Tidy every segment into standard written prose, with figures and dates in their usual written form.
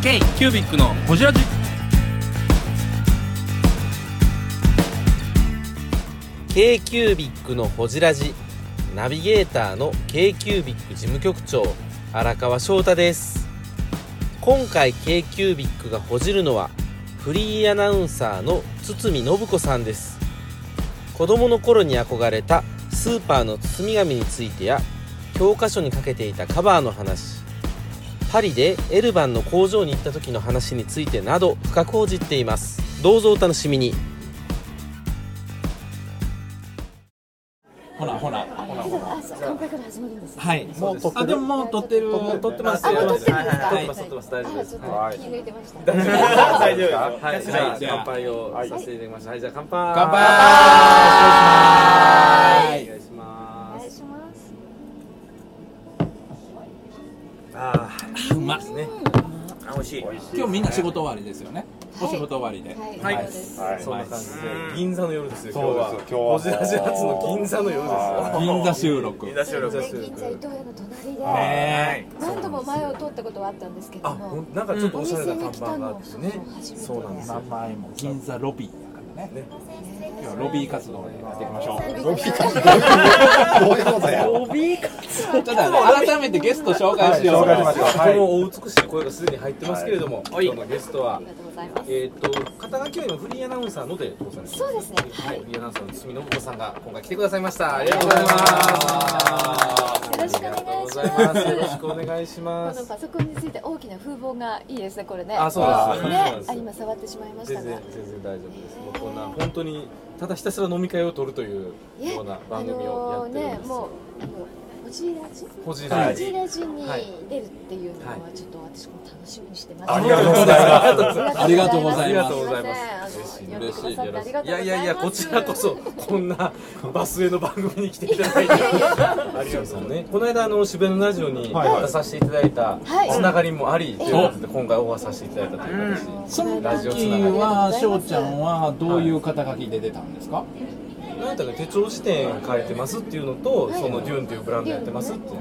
K キュービックのホジラジ。 k キュービックのホジラジ、ナビゲーターの k キュービック事務局長荒川翔太です。今回 k キュービックがほじるのはフリーアナウンサーの堤信子さんです。子供の頃に憧れたスーパーの包み紙についてや教科書にかけていたカバーの話、パリでエルバンの工場に行った時の話についてなど深く報じっています。どうぞお楽しみに。 ほな乾杯から始まるんですね。 はい、もう撮ってる。でももう撮ってる。撮ってます。 撮ってるんですか。 撮ってます。大丈夫です。 ちょっと気抜いてました。 大丈夫です。はい、じゃあ乾杯をさせていただきました。はい、じゃあ乾杯。 乾杯。 お願いします。 お願いします。 あうまいね。 あ、美味しい。 今日みんな仕事終わりですよね。お仕事終わりで。 はい、そうです。 そんな感じで銀座の夜ですよ。 そうですよ。今日はホジラジ初の銀座の夜ですよ。 銀座収録。 銀座伊東屋の隣で何度も前を通ったことはあったんですけども、 なんかちょっとおしゃれな看板があってね。そうなんです。 名前も銀座ロビーやからね。今日はロビー活動でやっていきましょう。 ロビー活動どういうことや。 ロビー活動。 ちょっと改めてゲスト紹介しよう。 紹介しましょう。 このお美しい声がすでに入ってますけれども、今日のゲストは肩書きは今フリーアナウンサーので登場されてます。 そうですね。 はい、フリーアナウンサーの堤信子さんが今回来てくださいました。ありがとうございます。 よろしくお願いします。 よろしくお願いします。 このパソコンについて大きな風貌がいいですね、これね。 あ、そうですね。今触ってしまいましたが。 全然大丈夫です。もうこんな本当にただひたすら飲み会を取るというような番組をやってるんです。 もうホジラジに出るっていうのはちょっと私も楽しみにしてます。 ありがとうございます。 ありがとうございます。 ありがとうございます。 嬉しい。 いやこちらこそこんなバスへの番組に来ていただいてありがとうね。この間渋谷のラジオに出させていただいたつながりもありということで今回オファーさせていただいたという形。 その時は翔ちゃんはどういう肩書きで出たんですか？ なんかね、手帳辞典書いてますっていうのと、そのデューンというブランドやってますっていう。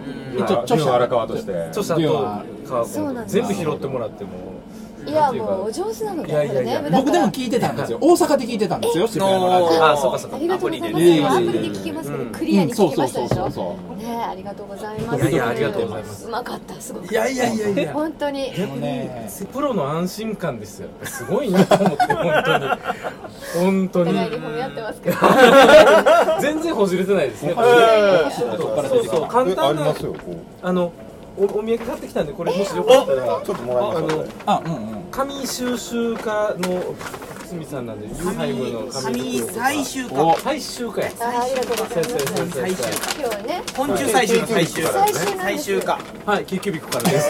著者荒川として。 著者と全部拾ってもらっても。 いやもうお上手なので。 僕でも聞いてたんですよ。大阪で聞いてたんですよ。渋谷のラジオ。 あ、そうかそうか。 ありがとうございます。アプリで聞けますけどクリアに聞けましたでしょ。ね、ありがとうございます。 いやありがとうございます。 うまかったすごく。 いや本当に。 逆にプロの安心感ですよ。すごいなと思って本当に。 お互いに褒め合ってますけど。 全然ほじれてないですね。そう簡単なお土産買ってきたんでこれもしよかったらちょっともらいましょう。 紙収集家の堤さんなんでユーハイムの紙最終か。 最終かや。 ありがとうございます。 最終。 今日はね。 昆虫最終の最終。最終か。 はい、k キュービックからです。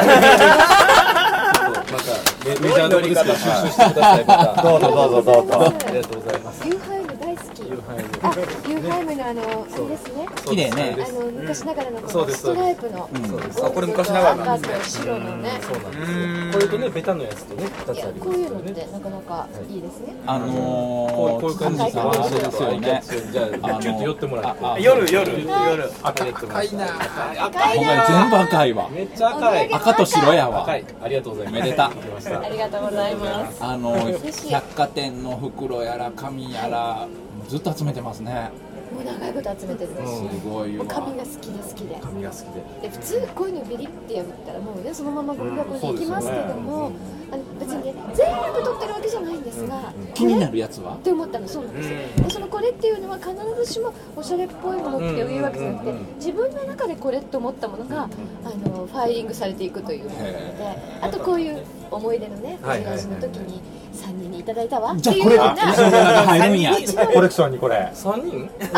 またメジャーのリスク収集してください。またどうぞ。 ありがとうございます。 ユーハイム大好き。ユーハイムのあれですね。 綺麗ね。 昔ながらのこのストライプの。 これ昔ながら赤と白のね。 そうなんですよ。これとねベタのやつとね2つあります。 こういうのってなかなかいいですね。 こういう感じですよね。じゃあちょっと寄ってもらって。 夜。 赤いな。 全部赤いわ。 めっちゃ赤い。 赤と白やわ。 赤い。ありがとうございます。 めでた。 ありがとうございます。 百貨店の袋やら紙やらずっと集めてますね。 もう長いこと集めてるんです。 すごいわ。 紙が好きで。 紙が好きで。 普通こういうのビリって破ったらもうねそのままゴミ箱に行きますけども、別にね全部取ってるわけじゃないんですが、 気になるやつはって思ったの。そうなんですよ。でそのこれっていうのは必ずしもおしゃれっぽいものっていうわけじゃなくて、自分の中でこれって思ったものがファイリングされていくというもので、あとこういう思い出のねホジラジの時に3人にいただいたわっていうような。 その中入るんや。 コレクションにこれ。 3人？ 3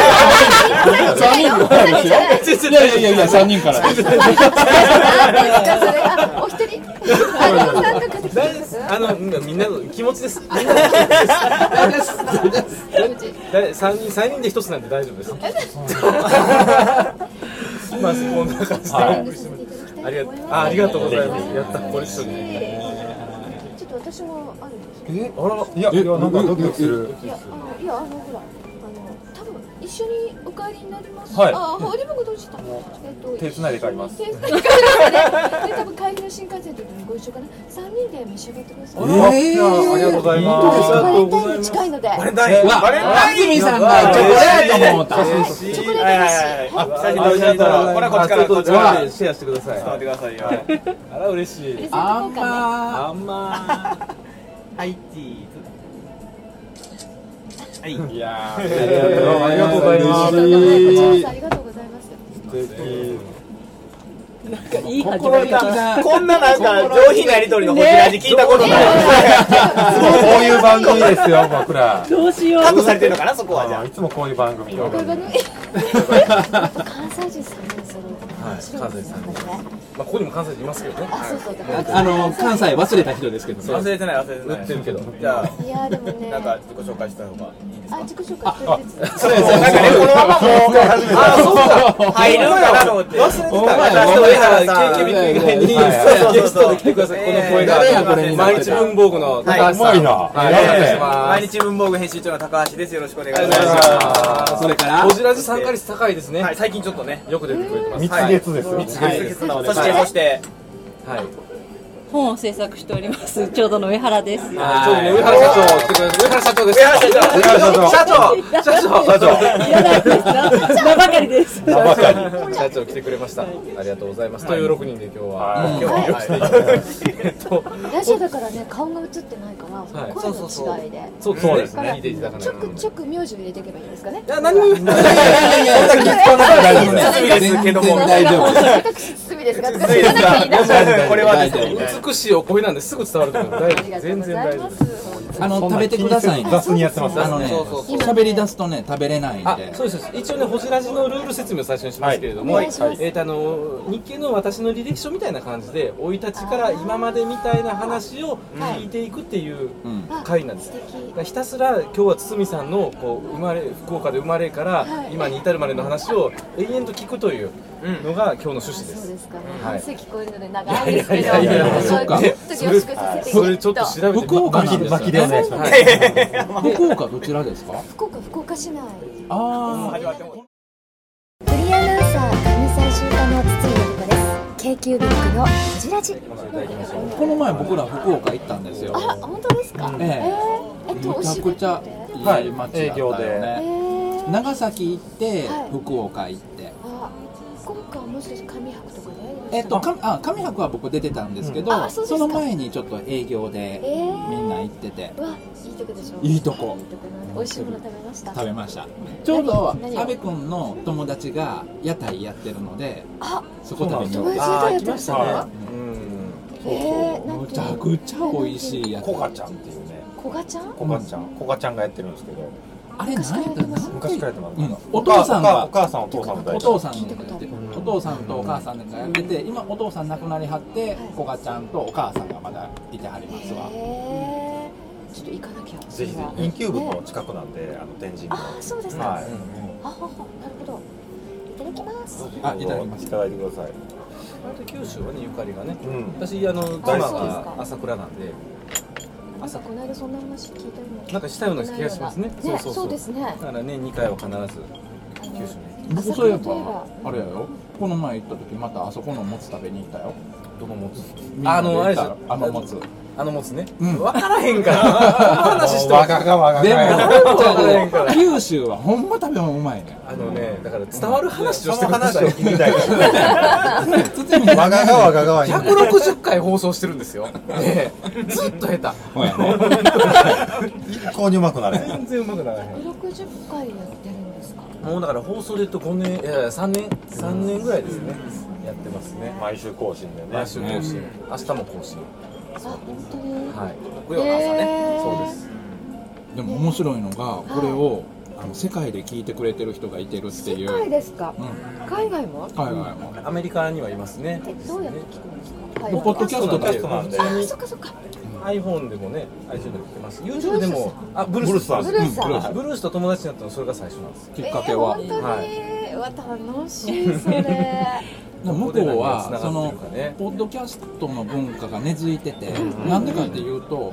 人からですよ。いや3人からです。 お一人。 みんなの気持ちです。3人で一つなんで大丈夫です。まあそんな感じでありがとうございます。やったコレクションに。 ちょっと私もあるんですけど。 いやなんかドキドキする。 いやほら多分一緒にお帰りになります。 はいあ、オリーブがどうした。 手繋いで帰ります手繋いで帰りますね。で、多分帰りの新幹線の時にご一緒かな。3人で召し上がってください。 ありがとうございます。 バレンタインに近いので。 バレンタインわ、 バレンタイン安住さんがチョコレートもチョコレートです。 写真撮ろう。これはこっちからこっちからシェアしてください。 触ってくださいよ。 あら嬉しい。 プレゼント交換ね。 ああんまはいチーズ。はい。 いやあありがとうございます。 とんでもないこちらこそありがとうございます。 いい始まりだ。 こんななんか上品なやりとりのホジラジ聞いたことない。 こういう番組ですよ、僕ら。 どうしよう。 カットされてるのかなそこはじゃいつもこういう番組を。 これがね、関西人さんね、それ。 はい、関西さん。 ね。 まあここにも関西人いますけどね。 あ、そうそう。だから関西忘れた人ですけどあ。忘れてない忘れてない。 売ってるけど。 じゃいやでもね。 あなんか自己紹介した方がいいですか。 自己紹介してるやつ。 そうなんかねこのままもうあそうか入るんかなと思って。忘れてた。私と上原さん。 KQ ビック以外にそうゲストで来てください。この声が誰やこれ毎日文房具の高橋さん。 うまいな。 はい、お願いします。 毎日文房具編集長の高橋です。よろしくお願いしお願いしまます。 それからホジラジ参加率高いですね。 す。はい最近ちょっとね。 よく出てくれてます。 蜜月ですよ。 蜜月です。 そしてはい。 本を制作しております。ちょうどの上原です。 ちょうどね上原社長来てくれて上原社長です。 上原社長社長。 いらないですか。名ばかりです。 社長来てくれました。ありがとうございます。という6人で今日ははい今日はしてラジオだからね、顔が映ってないから、 はい声の違いで。 そうそうですね聞いていただかないと。 ちょくちょく名字を入れていけばいいですかね。 いや何も言ってない。 ですけども大丈夫。 私、堤ですが、言わなきゃいいな。 これはですね美しいお声なんですぐ伝わると思う。大あ丈夫。全りがとうご然大丈夫ざいまです。 す。 食べてくださいね。 雑にやってます。 ね、 そうそうそう喋り出すとね、食べれないんあ、 で。 そうです。一応ね、ホジラジのルール説明を最初にしますけれども、 はいお願いします日経の私の履歴書みたいな感じで、生い立ちから今までみたいな話を聞いていくっていううん。 回なんです。 素敵。 だからひたすら今日は堤さんのこう福岡で生まれからはい今に至るまでの話を延々と聞くというのが今日の趣旨です。 そうですかね。 はい話聞こえるので長いですけど、 いやいやいやいやそっかちょっと凝縮させてそれちょっと調べて福岡なんですよ巻きでお願いします。 福岡どちらですか？ 福岡市内。 ああ。 始まってもフリーアナウンサー上最終課の筒井信子です。k q ビックのこじらじ。 この前僕ら福岡行ったんですよ。 あ、本当ですか。 めちゃくちゃいい街だったよね。長崎行ってはい福岡行って。 あ、福岡はもしかして上白とかで。 上白は僕出てたんですけど、 あそうですかその前にちょっと営業でみんな行ってて、 うわ、いいとこでしょ。 いいとこいいとこなんで美味しいもの食べました。 食べました。ちょうど何を阿部君の友達が屋台やってるので、 あ、 そこ食べに行っ友達て。 とやってましたはか。 うん。 むちゃくちゃ美味しいやつ。 コガちゃんっていうね。 こがちゃん。 コガちゃんがやってるんですけど、 あれ何やったの？ 昔からやってます。 うんお父さんがお母さんお父さんも大お丈夫。 父さんがやってお父さんとお母さんがやってて、今お父さん亡くなりはってこがちゃんとお母さんがまだいてはりますわ。 へー、ちょっと行かなきゃ。 ぜひぜひインキューブの近くなんで展示の。 あ、そうですか。 はい。 あ、なるほど。いただきます。 あ、いただきますい。ただいてください。 九州はねゆかりがね。 うん。 私妻が朝倉なんで。 なんかこの間そんな話聞いたような。 なんかしたような気がしますね。 ね、そうですね。 だから年2回は必ず九州に。 僕そういえばあれやよ。この前行った時またあそこのもつ食べに行ったよ。 どのもつ？ みんなで行ったあれですよ。 あのもつ。 あのもつね。 うん分からへんから。話してわががわがでもが。 九州はほんま食べ物うまいね。 だから伝わる話をしてそのください。 話を聞きたい。わががわががわ。 160回放送してるんですよ。でずっと下手。 ほやね。 一向にうまくなれへん。 全然うまくならへん。 60回やってるんですか。 もうだから放送で言うと5年、いや3年ぐらいですね。やってますね。 毎週更新でね。 毎週更新。明日も更新。 あ、本当に。 はい。木曜の朝ね。そうです。 でも面白いのがこれを世界で聞いてくれてる人がいてるってい世う。 界ですか。 うん。 海外も。 海外も。 アメリカにはいますね。 どうやって聞くんですか。 ポッドキャストでなんで。 あ、そっかそっか。 iPhone でもね、iTunes でも聞けます。YouTube でも、ブルースブルースさんブルースさん。 ブルースと友達になったのそれが最初なんです。 きっかけは。 本当に。 はわ、楽しいそれ。 向こうはそのここで何が繋がってるかねポッドキャストの文化が根付いてて、なんでかっていうと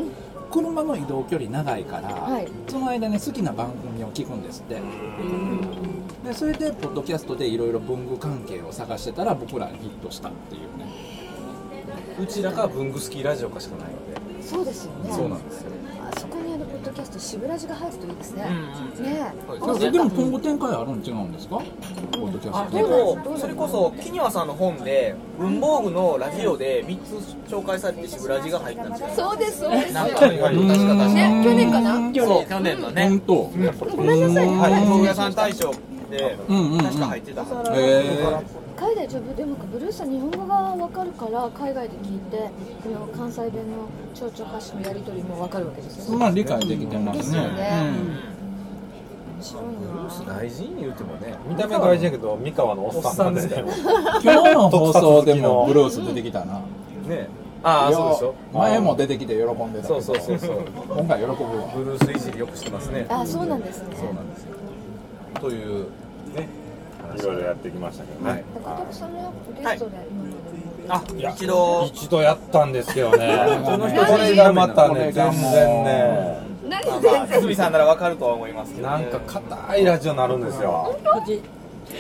車の移動距離長いから、 はいその間に好きな番組を聞くんですって。でそれでポッドキャストでいろいろ文具関係を探してたら僕らにヒットしたっていうね。 うちらが文具スキーラジオかしかないので。 そうですよね。 そうなんですよ。 あそこにポッドキャストシブラジが入るといいですね。ねでも今後展開あるん違うんですか？ポッドキャストでもそれこそ木庭さんの本で文房具のラジオで3つ紹介されてシブラジが入ったんですよ。 そうですそうです。 なんか確かね去年かな。 そう去年のね。 本当。 ごめんなさいね。 はい、文具屋さん大賞で確か入ってたはず。 海外でもブルースは日本語が分かるから海外で聞いて関西弁の蝶々歌詞のやり取りも分かるわけですよね。 まあ理解できてますね。 ですよね。面白いな。 外人言うてもね、 見た目外人やけど三河のおっさんですね。 今日の放送でもブルース出てきたな。 ね。ああ、そうでしょ。 前も出てきて喜んでた。 そう。 今回喜ぶわ。 ブルースいじりよくしてますね。 あ、そうなんですね。 そうなんですよ。というね、 いろいろやってきましたけどね。 高徳さんのゲストであ、 一度やったんですけどね。 そのこれがまたね、全然ね、 何まあ堤さんならわかるとは思いますけど。 なんか硬いラジオになるんですよ。 だってね、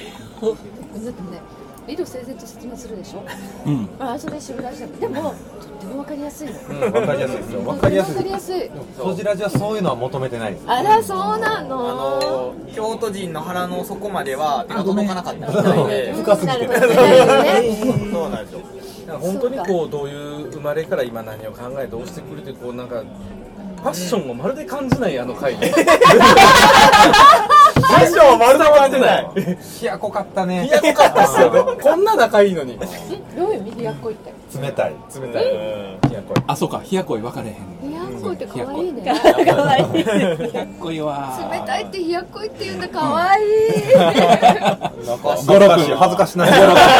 理路整然と説明するでしょ。 うん。 あ、それシブラジだ。でもとっても分かりやすいの。 わかりやすいですよ。わかりやすい。 分かりやすい。 こじらじはそういうのは求めてないです。 あら、そうなの。 京都人の腹の底までは手が届かなかったみたいで。 深すぎて。 そうなんですよ。 本当にこうどういう生まれから今何を考えどうしてくれてこうなんかファッションをまるで感じないあの回ね。ファッションをまるで感じない。 冷やこかったね。 冷やこかったっすよね。こんな仲いいのに。 どういう意味冷やっこいって。 冷たい。 冷たい。冷やこい。 あ、そうか。冷やこい分かれへん。 冷やっこいって可愛いね。 かわいい。 冷やこいは。 冷たいって冷やっこいって言うんだ可愛い。 なんか恥ずかしない。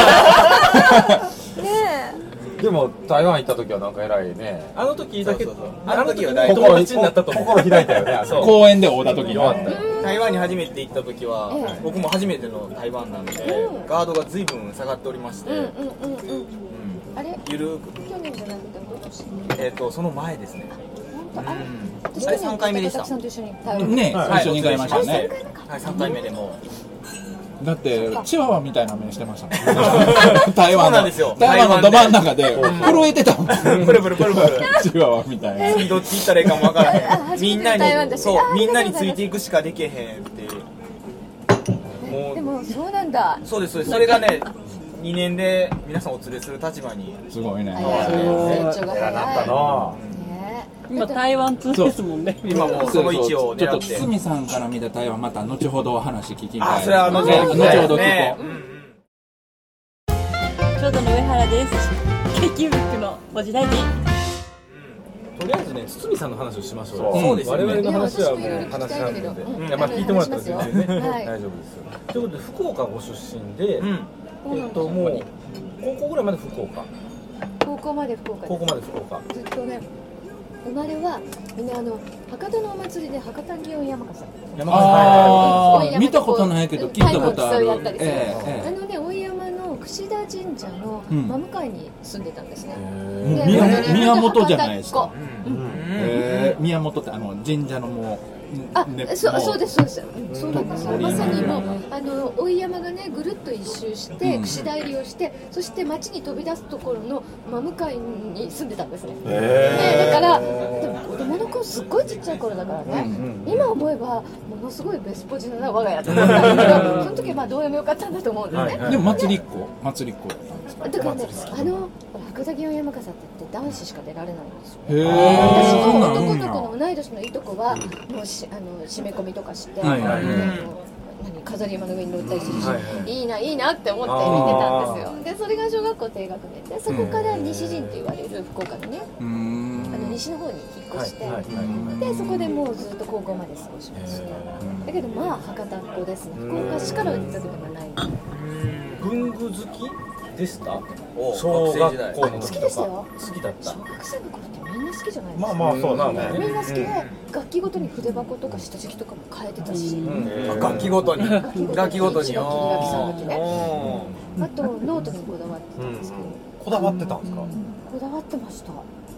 ねでも台湾行った時はなんか偉いね。 あの時だけあの時は大友達になったと思う。 心開いたよね。 そう公園で会うた時には。 台湾に初めて行った時はええ僕も初めての台湾なのでガードが随分下がっておりまして、 あれゆるく去年じゃなくて一昨年。 その前ですね。 本当あれ。私あれ3回目でした高木さんと一緒に台湾。 ね、一緒に行かれましたね。 はい、3回目でもだってチワワみたいな目してましたもん。台湾のそうなんですよ台湾のど真ん中で震えてたもん。 プルプルチワワみたいな。 次どっち行ったらいいかもわからへん。みんな台湾だしにそうあみんなについていくしかできへんっていう。もでもそうなんだ。 そうですそうです。それがね2年で皆さんお連れする立場に。 すごいね。 成長が偉なった早い。 な。 今台湾通ですもんね。 今もうその位置をちょっと狙って。 堤さんから見た台湾また後ほど話聞きたい。 あ、それは後ほど後ほど聞ねこう。 ちょうどの上原です。K キュービックのボジラジ。 とりあえずね、堤さんの話をしましょう。 そうですね我々の話はもういや私もいろいろ聞きたいんだけど話し合うんで、 うんいやまあ聞いてもらったら全然ね、 はい大丈夫ですよ。ということで福岡ご出身で、 うん。 もう高校ぐらいまで福岡、 高校まで福岡で高校まで福岡。 ずっとね。生まれはみんな博多のお祭りで博多祇園山笠。 山あ大山あ、見たことないけど聞いたことある。 タイムを競い合ったりするええ大山の櫛田神社の真向かいに住んでたんですね。 えでえ宮本じゃないですか。 うん。 宮本って神社のもうあ、 ねそうですそうです。そうなんですよ。 森まさにもう大山がねぐるっと一周して櫛田入りをして、そして町に飛び出すところの真向かいに住んでたんですね。だからでも子供の頃すっごいちっちゃい頃だからね。今思えばものすごいベスポジな我が家と思ったんだけど、その時はどうでもよかったんだと思うんですね。 でも祭りっ子だったんですか。 だからね、博多祇園山笠って男子しか出られないんですよ。 へ私え、そうなんの男だ。 の子の同い年のいとこはもう締め込みとかして、 はいはい飾り山の上に乗ったりするし、 はいはいいなって思って見てたんですよ。でそれが小学校低学年で、そこから西陣って言われる福岡のね、西の方に引っ越して、でそこでもうずっと高校まで過ごしました。だけどまあ博多っ子ですね。福岡市からは出たことがない。 文具好きでした？ お小学生時代学校の好き時とかでしたよ。 好きだった小。学生の頃ってみんな好きじゃないですか。 まあまあそうだね。 みんな好きで、楽器ごとに筆箱とか下敷きとかも変えてたし、 楽器ごとに。楽器ごとに。 一学期二学期三学期ね。 おあとノートにこだわってたんですけど、 こだわってたんですか。 こだわってました。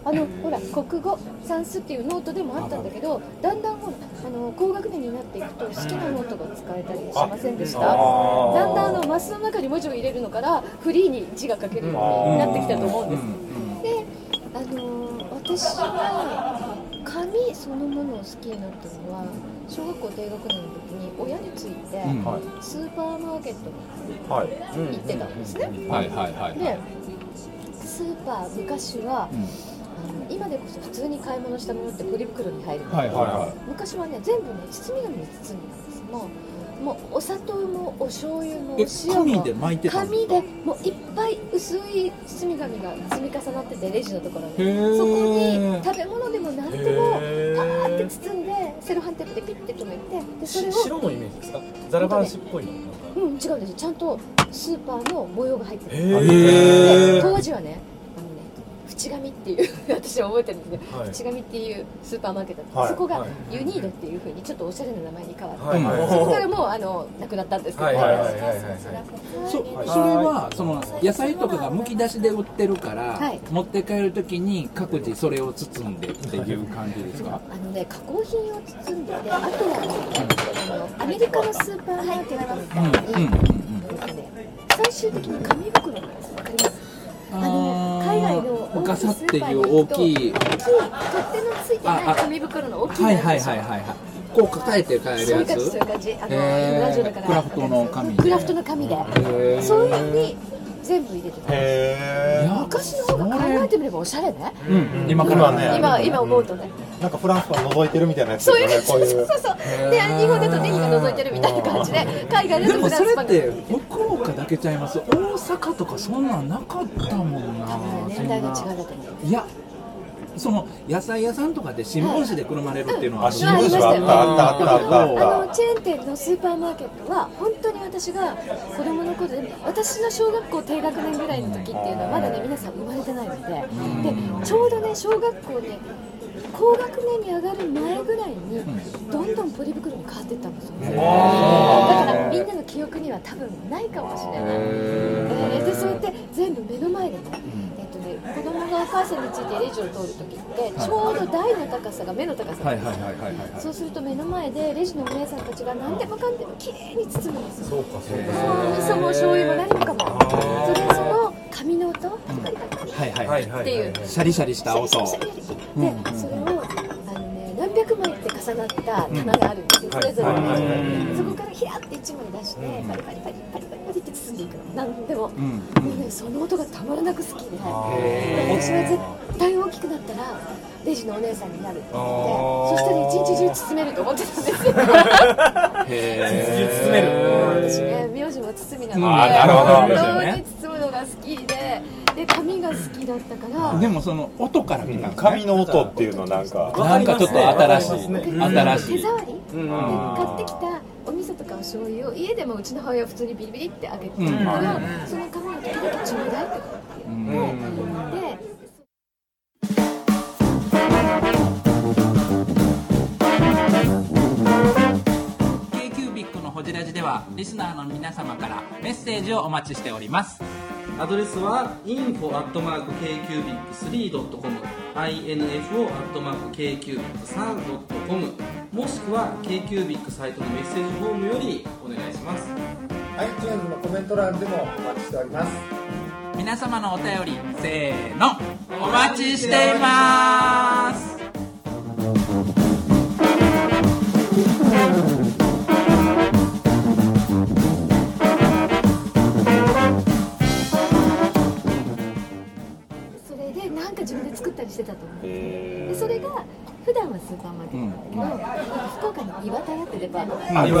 ほら国語算数っていうノートでもあったんだけど、だんだんほら高学年になっていくと好きなノートが使えたりしませんでした？だんだんマスの中に文字を入れるのからフリーに字が書けるようになってきたと思うんです。で、私は紙そのものを好きになったのは小学校低学年の時に親についてスーパーマーケットに行ってたんですね。で、スーパー昔は、今でこそ普通に買い物したものってポリ袋に入るんですけど、昔はね全部ね包み紙で包んでたんです。もうお砂糖もお醤油もお塩も紙で巻いてたんですか？ 紙でもういっぱい薄い包み紙が積み重なっててレジのところに、そこに食べ物でも何でもパーって包んでセロハンテープでピッて留めて、でそれを白のイメージですか？ザラバン紙っぽいの？ 違うんですよ。ちゃんとスーパーの模様が入ってる。で当時はね淵上っていう私は覚えてるんですけど、淵上っていうスーパーマーケットだった、そこがユニードっていう風にちょっとおしゃれな名前に変わって、そこからもうなくなったんですけど、 それはその野菜とかがむき出しで売ってるから、持って帰るときに各自それを包んでっていう感じですか？ 加工品を包んでて、あとはアメリカのスーパーマーケットみたいに、最終的に紙袋なんです。わかります？海外のガサっていう大きい取っ手のついてない紙袋の大きいやつでしょ。 こう抱えて帰るやつ。 そういう感じ。ラジオだから。 クラフトの紙。 クラフトの紙で。そういうのに全部入れてたんです。昔の方が考えてみればおしゃれね。 今からね。 今思うとね。 なんかフランスパン覗いてるみたいなやつですよね。そう。で、日本だとネギが覗いてるみたいな感じで、海外だとフランスパンが。 でもそれって福岡だけちゃいます？大阪とかそんなんなかったもんな。 年代の違いだと思う。 いや、その野菜屋さんとかで新聞紙でくるまれるっていうのは新聞紙あった。チェーン店のスーパーマーケットは本当に私が子供の頃で、私の小学校低学年ぐらいの時っていうのはまだね皆さん生まれてないので、でちょうどね小学校で高学年に上がる前ぐらいにどんどんポリ袋に変わっていったんですよ。だからみんなの記憶には多分ないかもしれない。でそうやって全部目の前でね、子供がお母さんについてレジを通るときってちょうど台の高さが目の高さなんですよ。そうすると目の前でレジのお姉さんたちが何でもかんでもきれいに包むんですよ。味噌も醤油も何もかも。それその紙の音、パリパリっていうシャリシャリした音で、 それを何百枚って重なった棚があるんですよ、それぞれのレジで。そこからヒラって1枚出してパリパリパリパリパリって包んでいくの。何でも、もうねその音がたまらなく好きで、私は絶対大きくなったらレジのお姉さんになるって思って、そしたら一日中包めると思ってたんですよ。 包める。 私ね名字も包みなので、本当に包むのが好きで紙が好きだったから。 でもその音から見た紙の音っていうのなんかちょっと新しい手触り、買ってきたお味噌とかお醤油を家でもうちの母親は普通にビリビリって開けてるから、その紙を時々ちょうだいって言ってでホジラジではリスナーの皆様からメッセージをお待ちしております。 アドレスは info@kcubic3.com info@kcubic3.com もしくは KQBIC サイトのメッセージフォームよりお願いします。 iTunes のコメント欄でもお待ちしております。 皆様のお便りせーのお待ちしています。 自分で作ったりしてたと思うんですよ。でそれが普段はスーパーマーケットだけど、福岡に岩田屋ってデパートがワ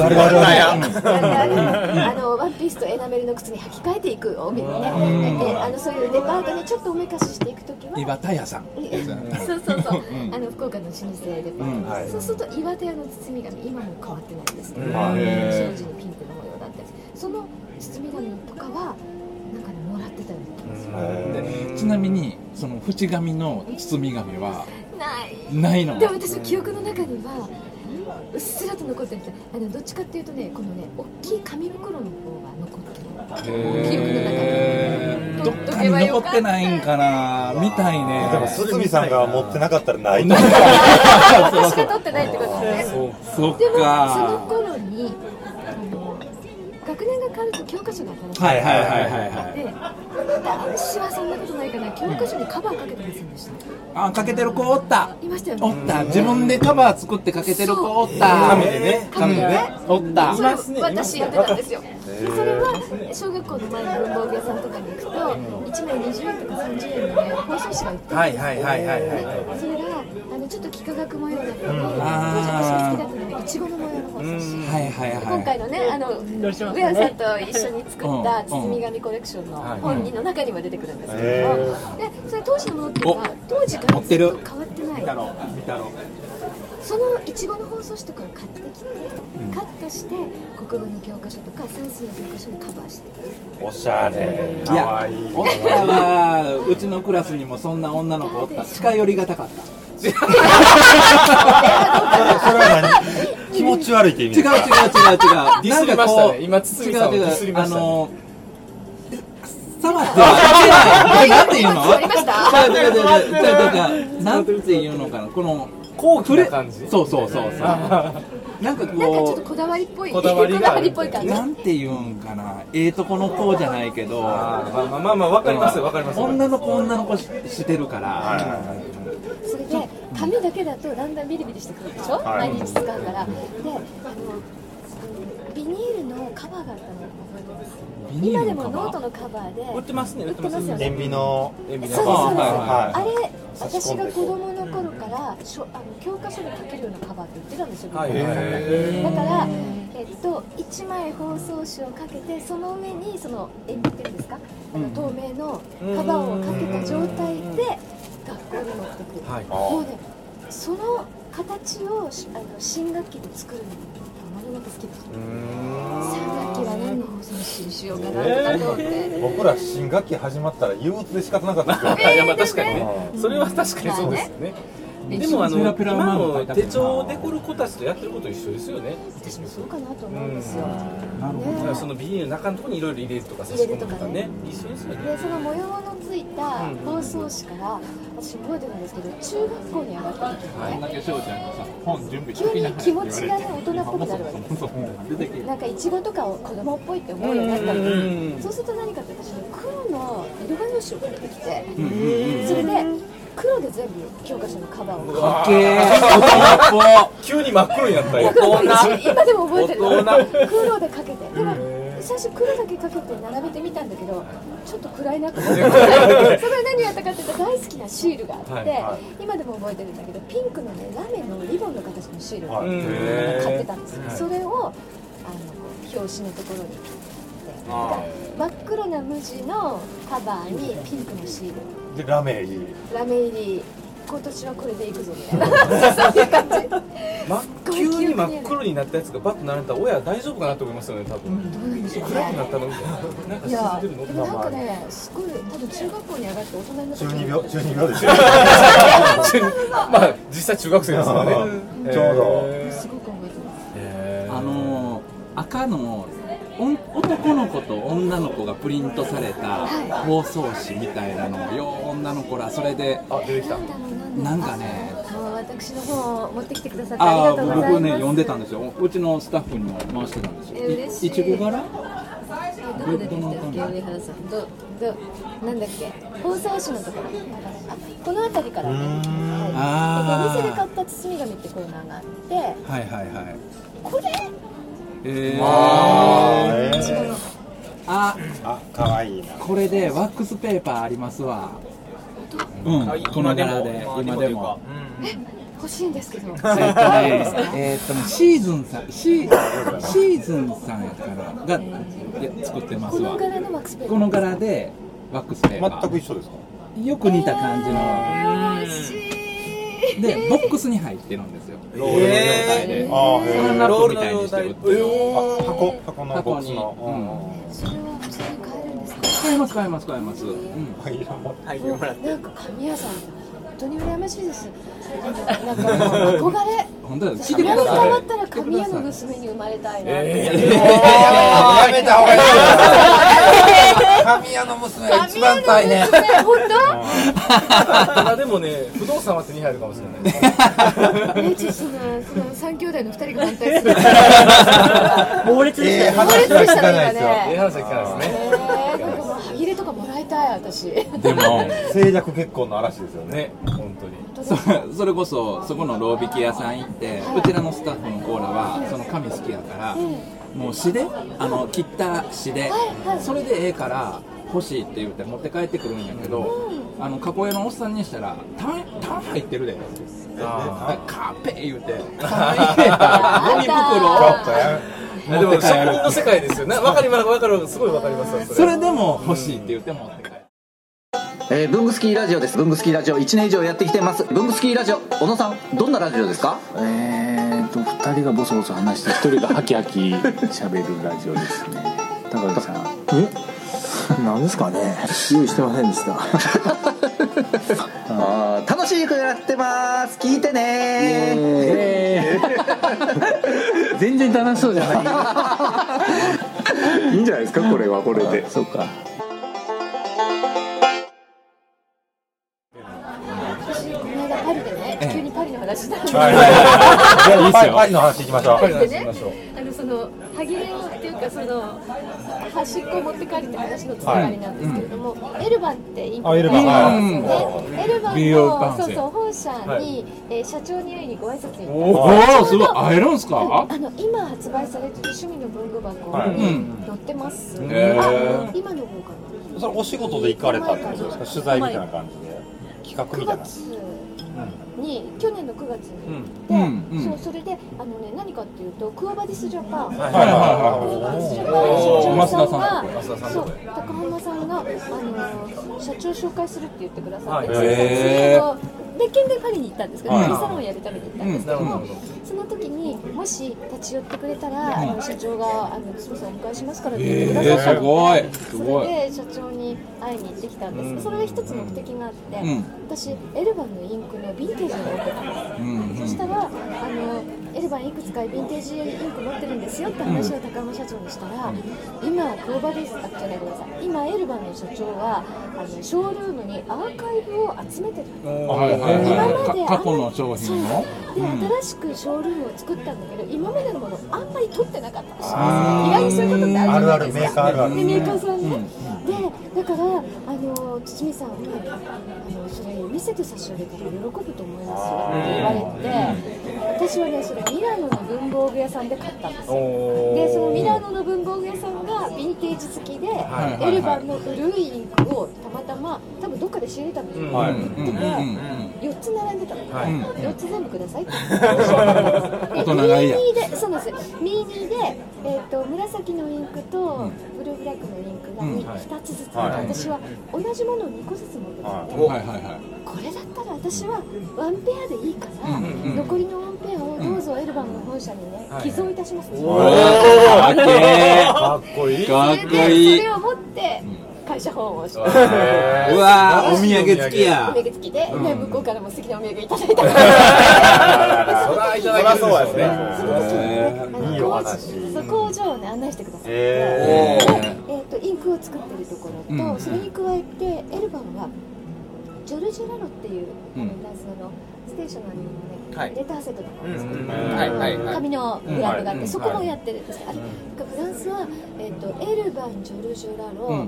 ンピースとエナメルの靴に履き替えていくお店ね、そういうデパートにちょっとおめかししていくときは岩田屋さんそう福岡の老舗デパート、そうすると岩田屋の包み紙今も変わってないんですけど、障子にピンクの模様だったり、その包み紙とかはなんかねもらってたような気がする。 ちなみにその縁紙の包み紙はないの。でも私の記憶の中にはうっすらと残ってる。どっちかっていうとね、このね大きい紙袋の方が残ってる記憶の中に。 どっかに残ってないんかなみたいね。 でも堤さんが持ってなかったらないと思う。 私が取ってないってことですね。 そっでもそのか。 頃に学年が変わると教科書が新しい。 はいはいはいはい。 で、男子はそんなことないかな。教科書にカバーかけてませんでした。 あ、かけてる子おった。 いましたよね。 おった。自分でカバー作ってかけてる子おった。 紙でね。 紙でね。 おった。 それ私やってたんですよ。でそれは小学校の前の文房具屋さんとかに行くと1枚20円とか30円のね包装紙が売ってるんですよ。 はいはいはいはいはい。 それがちょっと幾何学模様だったり、当時私が好きだったのがいちごの模様の包装紙。 はいはいはい。 今回のね上原さんと一緒に作った包み紙コレクションの本の中には出てくるんですけれども、でそれ当時のものっていうのは当時からずっと変わってない。 見たろ。 そのいちごの包装紙とかを買ってきて、カットして国語の教科書とか算数の教科書にカバーしておしゃれ。 いや、おったわ。うちのクラスにもそんな女の子おった。近寄りがたかった。 それは何？気持ち悪いって意味違う違う違う違う。 ディスりましたね。今堤さんをディスりましたね。 触ってはいけない。なんて言うの？ ありました？ 違う。なんて言うのかな。この高貴な感じ。 そう。なんかこう、 なんかちょっとこだわりっぽいこだわりっぽい感じ。 なんて言うんかな。とこの子じゃないけど。 まあわかりますよわかります。 女の子してるから。 それで紙だけだとだんだんビリビリしてくるでしょ、毎日使うから。でビニールのカバーがあったの覚えてます？今でもノートのカバーで売ってますね。 売ってますよね。 塩ビのそうです。あれ私が子供の頃から教科書に書けるようなカバーって売ってたんですよ。だから1枚包装紙をかけてその上にその鉛筆っていうんですか、透明のカバーをかけた状態で学校に持ってくる。もうねその形を新学期で作るのがたまらなく好きです。3学期は何の放送紙にしようかなと思って。 僕ら新学期始まったら憂鬱で仕方なかったですよ。 いやまあ確かにね。それは確かにそうですよね。でも今の手帳でこる子たちとやってること一緒ですよね。 私もそうかなと思うんですよ。 そのビニールの中のところにいろいろ入れるとか差し込むとかね。一緒ですよね。 でその模様のついた包装紙から私覚えてるんですけど中学校に上がった時にね、急に気持ちがね大人っぽくなるわけですよ。なんかイチゴとかを子供っぽいって思うようになったんです。そうすると何かって私黒の色画用紙を買ってきて、それで黒で全部教科書のカバーをかっけー。 急に真っ黒になったよ。 今でも覚えてる。黒でかけて。でも最初黒だけかけて並べてみたんだけどちょっと暗いなと思って。それは何をやったかっていうと大好きなシールがあって、今でも覚えてるんだけどピンクのねラメのリボンの形のシールを買ってたんですよ。それを表紙のところに真っ黒な無地のカバーにピンクのシールでラメ入り今年はこれでいくぞみたいなそういう感じ。 急に真っ黒になったやつがバッとなれたら親大丈夫かなと思いますよね多分。 どうなんでしょうね。 暗くなったのみたいな。なんかいや進んでるの？ でもなんかねすごい多分中学校に上がって大人になって中二病ですよ。 まあ実際中学生ですよね。 ちょうどすごく覚えてます。 赤の男の子と女の子がプリントされた包装紙みたいなのをよう女の子らそれで出てきた。 なんかね私の本を持ってきてくださってありがとうございます。 僕ね読んでたんですよ。うちのスタッフにも回してたんですよ。 嬉しい。 いちご柄？ どこ出てきたっけ上原さん。なんだっけ包装紙のところ。この辺りからね。お店で買った包み紙ってこういうのがあって。 はい。 これ？ かわいいな。 これでワックスペーパーありますわ。この柄で今でも。 欲しいんですけど。 シーズンさんやからが作ってますわ。 この柄のワックスペーパー。 この柄でワックスペーパー。 全く一緒ですか？ よく似た感じの。でボックスに入ってるんですよ。ロールの状態で。ロールみたいにして売ってる。 箱のボックスの。 それは普通に買えるんですか？ 買えます。 なんか神谷さん本当に羨ましいです。なんか憧れ。 本当だ。聞いてください。 変わったら神谷の娘に生まれたいなって。 やめた方がいい。 神谷の娘は一番大変。 本ただでもね、不動産は手に入るかもしれない。 当？ちょっとその三兄弟の二人が反対する。 猛烈でしたね。 猛烈でしたね今ね。 話は聞かないですね。 なんかもう歯切れとかもらいたい私。 でも静寂結婚の嵐ですよね。 ね、本当に。 それこそそこのロー引き屋さん行って、うちらのスタッフのコーラはその紙好きやから、もう紙で切った紙で、それでええから欲しいって言って持って帰ってくるんやけど、加工屋のおっさんにしたらタン入ってるで、カーペ言うてタン入れたゴミ袋でも職人の世界ですよね。わかります、わかる、すごいわかります。 それでも欲しいって言って持って帰る。 ブングスキーラジオです。ブングスキーラジオ1年以上やってきてます。ブングスキーラジオ、小野さん、どんなラジオですか 2人がボソボソ話して1人がハキハキ喋るラジオですね。高木さん、 なんですかね、用意してませんでした。 楽しくやってます、聞いてね。 全然楽しそうじゃないいいんじゃないですか、これはこれで。そうか。 私この間パリでね、急にパリの話したんですけど、 パリの話いきましょう。 パリでね、その歯切れをっていうかその端っこを持って帰るって話のつながりなんですけれども、エルバンってインクがありますよね。エルバンの本社に社長に会いにご挨拶に行ったんです。 すごい、会えるんすか？ 今発売されてる趣味の文具箱に載ってます。今の方かな。 それお仕事で行かれたってことですか？取材みたいな感じで企画みたいな。 に去年の9月に行って、それで何かっていうとクオバディスジャパン、クオバディスジャパンの社長さんが、高浜さんが社長紹介するって言ってくださって、別件でパリに行ったんですけど、パリサロンをやるために行ったんですけども、その時にもし立ち寄ってくれたら社長が堤さんお迎えしますからって言ってくださったので、それで社長に会いに行ってきたんです。それが一つ目的があって、私エルバンのインクのヴィンテージを持ってたんです。そしたらエルバンいくつかヴィンテージインク持ってるんですよって話を高浜社長にしたら、今クオバですじゃないごめんなさい、今エルバンの社長はショールームにアーカイブを集めてる。今まで過去の商品ので新しくショールームを作ったんだけど、今までのものをあんまり取ってなかったらしいんですよ。意外にそういうことってあるじゃないですか。 メーカーあるある。 メーカーさんね。でだから堤さんにそれ見せて差し上げたら喜ぶと思いますよって言われて、私はねそれミラノの文房具屋さんで買ったんですよ。でそのミラノの文房具屋さんがヴィンテージ好きで、エルバンの古いインクをたまたま多分どっかで仕入れたんですよ。売ってて4つ並んでたので、4つ全部くださいって言って大人がいいや。そうなんです。ミニで紫のインクとブルーブラックのインクが2つずつ、私は同じものを2個ずつ持ってたんで、これだったら私はワンペアでいいから、残りのワンペアをどうぞエルバンの本社にね寄贈いたします。かっこいい。 かっこいい。それを持って会社訪問して、 うわお土産付きや。 お土産付きで、向こうからも素敵なお土産いただいた。 そりゃそうですね。いいお話。 工場をね案内してくださって、インクを作ってるところと、それに加えてエルバンはジョルジュ・ラロっていうフランスのステーショナリーのねレターセットとかを作ってる紙のブランドがあって、そこもやってるんです。フランスはエルバン、ジョルジュ・ラロ、なんだっ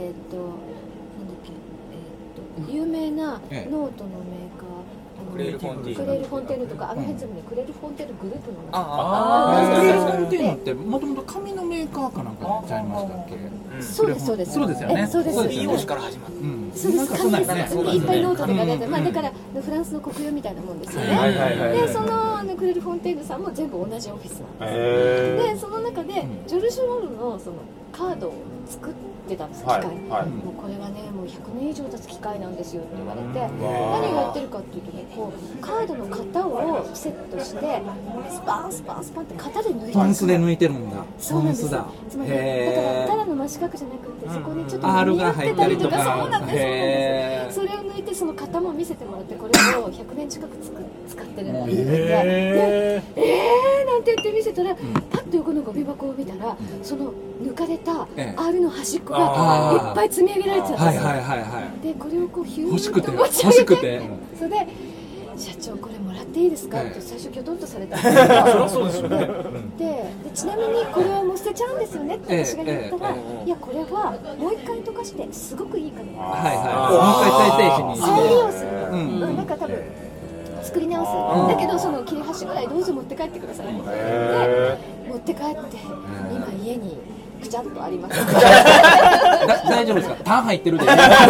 け、有名なノートのメーカー、 クレール・フォンテーヌとか、ヘンゼムにクレール・フォンテーヌグループのクレール・フォンテーヌってもともと紙のメーカーかなんかちゃいましたっけ？ そうですそうです。 そうですよね。 そうです。 PO から始まった。 そうです。紙です。いっぱいノートとかで、だからフランスの国用みたいなもんですよね。でそのクレール・フォンテーヌさんも全部同じオフィスなんです。でその中でジョルジュ・ラルのそのカードを作ってたんです機械。もうこれはねもう100年以上経つ機械なんですよって言われて、何をやってるかっていうとね、こうカードの型をセットしてスパンスパンスパンって型で抜いてる。 パンスで抜いてるんだ。 そうなんです。つまりだからただの真四角じゃなくて、そこにちょっと見合ってたりとか、そうなんです。それを抜いてその型も見せてもらって、これを100年近く使ってるんだって言ってなんて言って見せたら、パッと横のゴミ箱を見たら、その抜かれた R の端っこがいっぱい積み上げられてたんですよ。でこれをこうヒューッと持ち上げて、それで社長これもらっていいですかって最初キョトンとされたんですけど、そうですよね。でちなみにこれはもう捨てちゃうんですよねって私が言ったら、いやこれはもう一回溶かしてすごくいいからもう一回再利用する、なんか多分作り直す、だけどその切れ端ぐらいどうぞ持って帰ってくださいって言って持って帰って、今家にくちゃっとあります。 大丈夫ですか？タン入ってるで。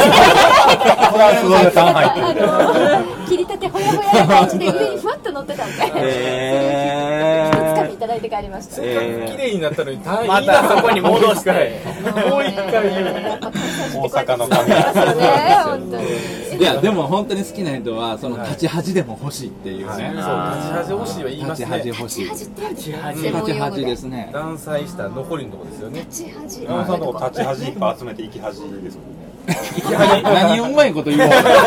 切りたてほやほやな感じで上にふわっと乗ってたんで、それを一つかみいただいて帰りました。 綺麗になったのにタンまたそこに戻してもう一回言う。 大阪の紙。 いやでも本当に好きな人はその立ち端でも欲しいっていうね。 そう、立ち端欲しいは言いますね。 立ち端欲しい。 立ち端ですね。 断裁した残りのとこですよね。 立ち端。 山本さんの立ち端いっぱい集めて生き端ですもんね。 何うまいこと言うの。 普通の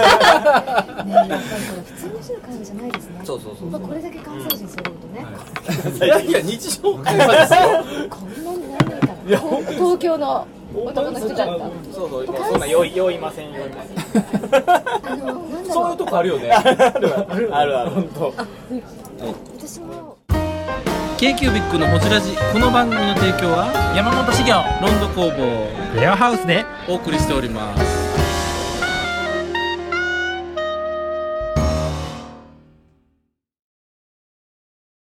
人の会話じゃないですね。 そうそうそう。 これだけ関西人揃うとね。 いやいや日常会話ですよ。 こんなになんないから。東京の男の人だった。 そうそう。そんな酔いませんよ。 そういうとこあるよね。あるある。本当。 私も。 K-Cubic のホジラジ、この番組の提供は山本修行ロンド工房レアハウスでお送りしております。